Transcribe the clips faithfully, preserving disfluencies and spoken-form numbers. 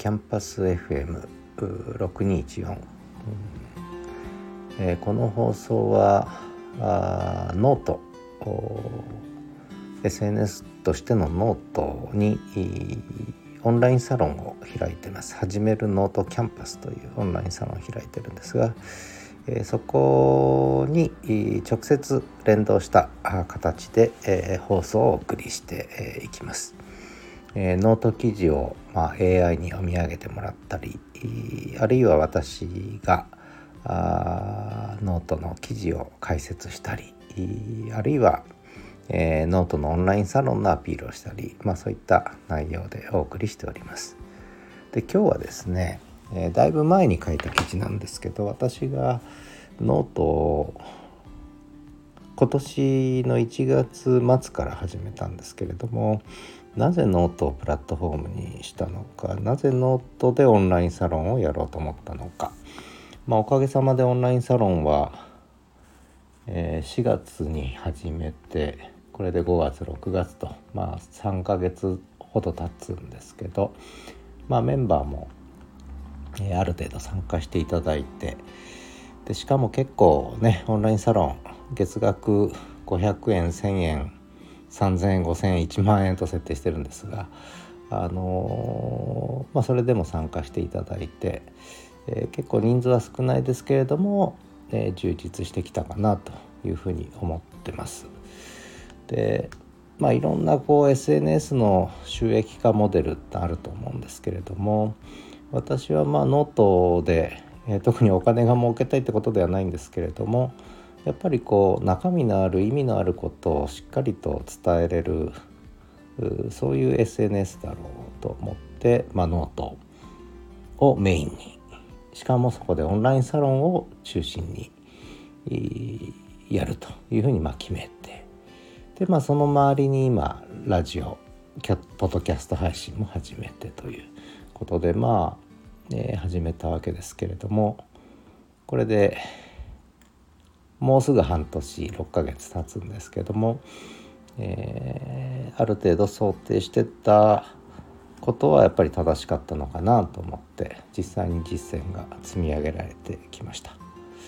キャンパス エフエムろくにいちよん、えー、この放送はあノート エスエヌエス としてのノートにオンラインサロンを開いてます。始めるノートキャンパスというオンラインサロンを開いてるんですが、えー、そこに直接連動した形で、えー、放送をお送りしていきます。えー、ノート記事を、まあ、エーアイ に読み上げてもらったり、あるいは私があーノートの記事を解説したり、あるいは、えー、ノートのオンラインサロンのアピールをしたり、まあ、そういった内容でお送りしております。で、今日はですね、えー、だいぶ前に書いた記事なんですけど、私がノートを今年のいちがつ末から始めたんですけれども、なぜノートをプラットフォームにしたのか、なぜノートでオンラインサロンをやろうと思ったのか、まあ、おかげさまでオンラインサロンは、えー、しがつに始めて、これでごがつろくがつと、まあ、さんかげつほど経つんですけど、まあ、メンバーも、えー、ある程度参加していただいて、でしかも結構ね、オンラインサロン月額ごひゃくえん、せんえん、さんぜんえん、ごせんえん、いちまんえんと設定してるんですが、あのーまあ、それでも参加していただいて、えー、結構人数は少ないですけれども、えー、充実してきたかなというふうに思ってます。で、まあ、いろんなこう エスエヌエス の収益化モデルってあると思うんですけれども、私はまあノートで、えー、特にお金が儲けたいってことではないんですけれども、やっぱりこう中身のある意味のあることをしっかりと伝えれる、そういう エスエヌエス だろうと思って、まあ、ノートをメインに、しかもそこでオンラインサロンを中心にやるというふうにまあ決めて、で、まあ、その周りに今ラジオ、ポッドキャスト配信も始めてということで、まあ、えー、始めたわけですけれども、これでもうすぐ半年ろっかげつ経つんですけども、えー、ある程度想定してたことはやっぱり正しかったのかなと思って、実際に実践が積み上げられてきました。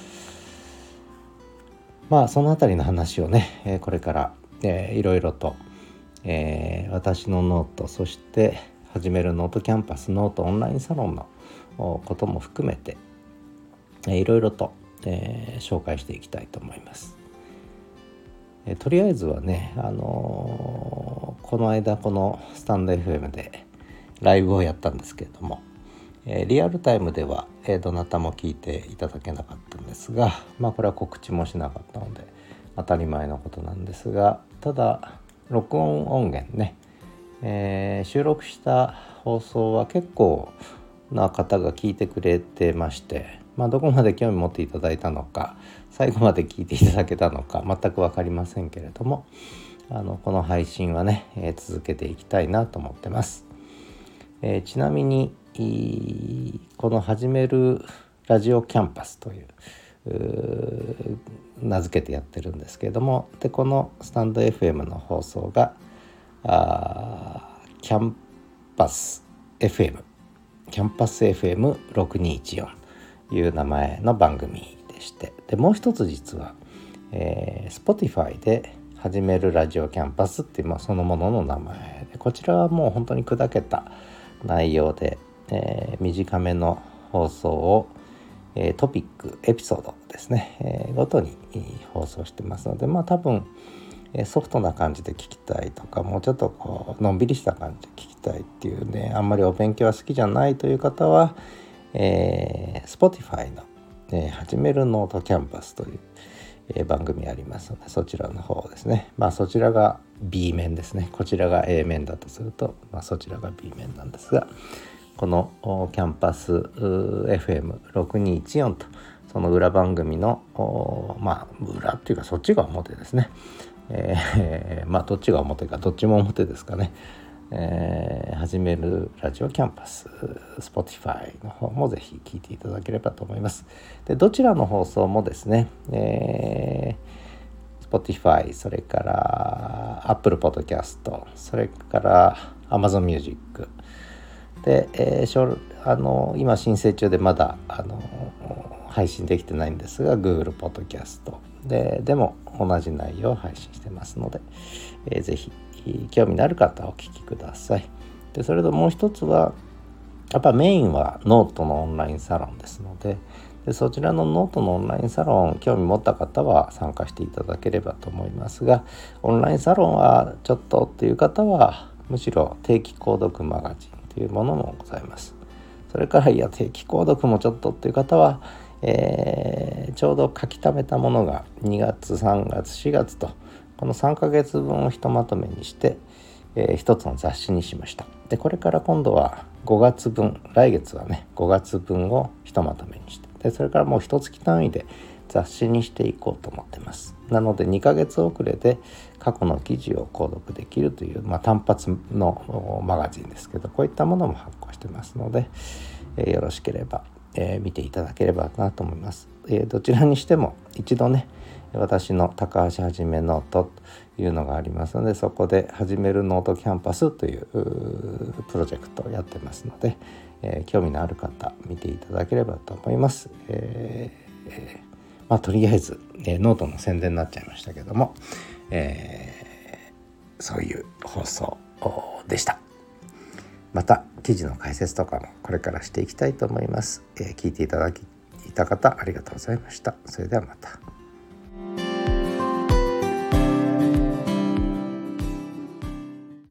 まあそのあたりの話をね、えー、これから、えー、いろいろと、えー、私のノート、そして始めるノートキャンパス、ノートオンラインサロンのことも含めて、えー、いろいろと、えー、紹介していきたいと思います。えー、とりあえずはね、あのー、この間このスタンド エフエム でライブをやったんですけれども、えー、リアルタイムでは、えー、どなたも聞いていただけなかったんですが、まあこれは告知もしなかったので当たり前のことなんですが、ただ録音音源ね、えー、収録した放送は結構な方が聞いてくれてまして、まあ、どこまで興味持っていただいたのか、最後まで聞いていただけたのか全く分かりませんけれども、あのこの配信はね、えー、続けていきたいなと思ってます。えー、ちなみにこの始めるラジオキャンパスという、う名付けてやってるんですけれども、でこのスタンド エフエム の放送があキャンパス エフエム キャンパス エフエムろくにいちよんという名前の番組でして、でもう一つ実は、えー、Spotify で始めるラジオキャンパスっていう、まあ、そのものの名前で、こちらはもう本当に砕けた内容で、えー、短めの放送を、えー、トピックエピソードですね、えー、ごとに放送してますので、まあ多分、えー、ソフトな感じで聞きたいとか、もうちょっとこうのんびりした感じで聞きたいっていうね、あんまりお勉強は好きじゃないという方は、えー、Spotify の、えー、始めるノートキャンパスという、えー、番組ありますので、そちらの方ですね、まあそちらが B 面ですね、こちらが A 面だとすると、まあ、そちらが B 面なんですが、このキャンパス エフエムろくにいちよん とその裏番組のまあ裏っていうかそっちが表ですね、えー、まあどっちが表かどっちも表ですかね、えー、始めるラジオキャンパス Spotify の方もぜひ聞いていただければと思います。でどちらの放送もですね、えー、Spotify、 それから Apple Podcast、 それから Amazon Music、 で、えー、あの今申請中でまだあの配信できてないんですが Google ポッドキャストででも同じ内容を配信してますので、えー、ぜひ興味のある方はお聞きください。でそれともう一つはやっぱメインはノートのオンラインサロンですので、でそちらのノートのオンラインサロン興味持った方は参加していただければと思いますが、オンラインサロンはちょっとっていう方はむしろ定期購読マガジンというものもございます。それからいや定期購読もちょっとっていう方は、えー、ちょうど書き溜めたものがにがつさんがつしがつとこのさんかげつぶんをひとまとめにして、えー、一つの雑誌にしました。でこれから今度はごがつぶん、来月はねごがつぶんをひとまとめにして、でそれからもう一月単位で雑誌にしていこうと思ってます。なのでにかげつ遅れで過去の記事を購読できるという、まあ、単発のマガジンですけど、こういったものも発行してますので、えー、よろしければ、えー、見ていただければなと思います。えー、どちらにしても一度ね私の高橋はじめノートというのがありますので、そこで始めるノートキャンパスというプロジェクトをやってますので、えー、興味のある方見ていただければと思います。えーえーまあ、とりあえず、えー、ノートの宣伝になっちゃいましたけども、えー、そういう放送でした。また記事の解説とかもこれからしていきたいと思います。えー、聞いていただいた方ありがとうございました。それではまた。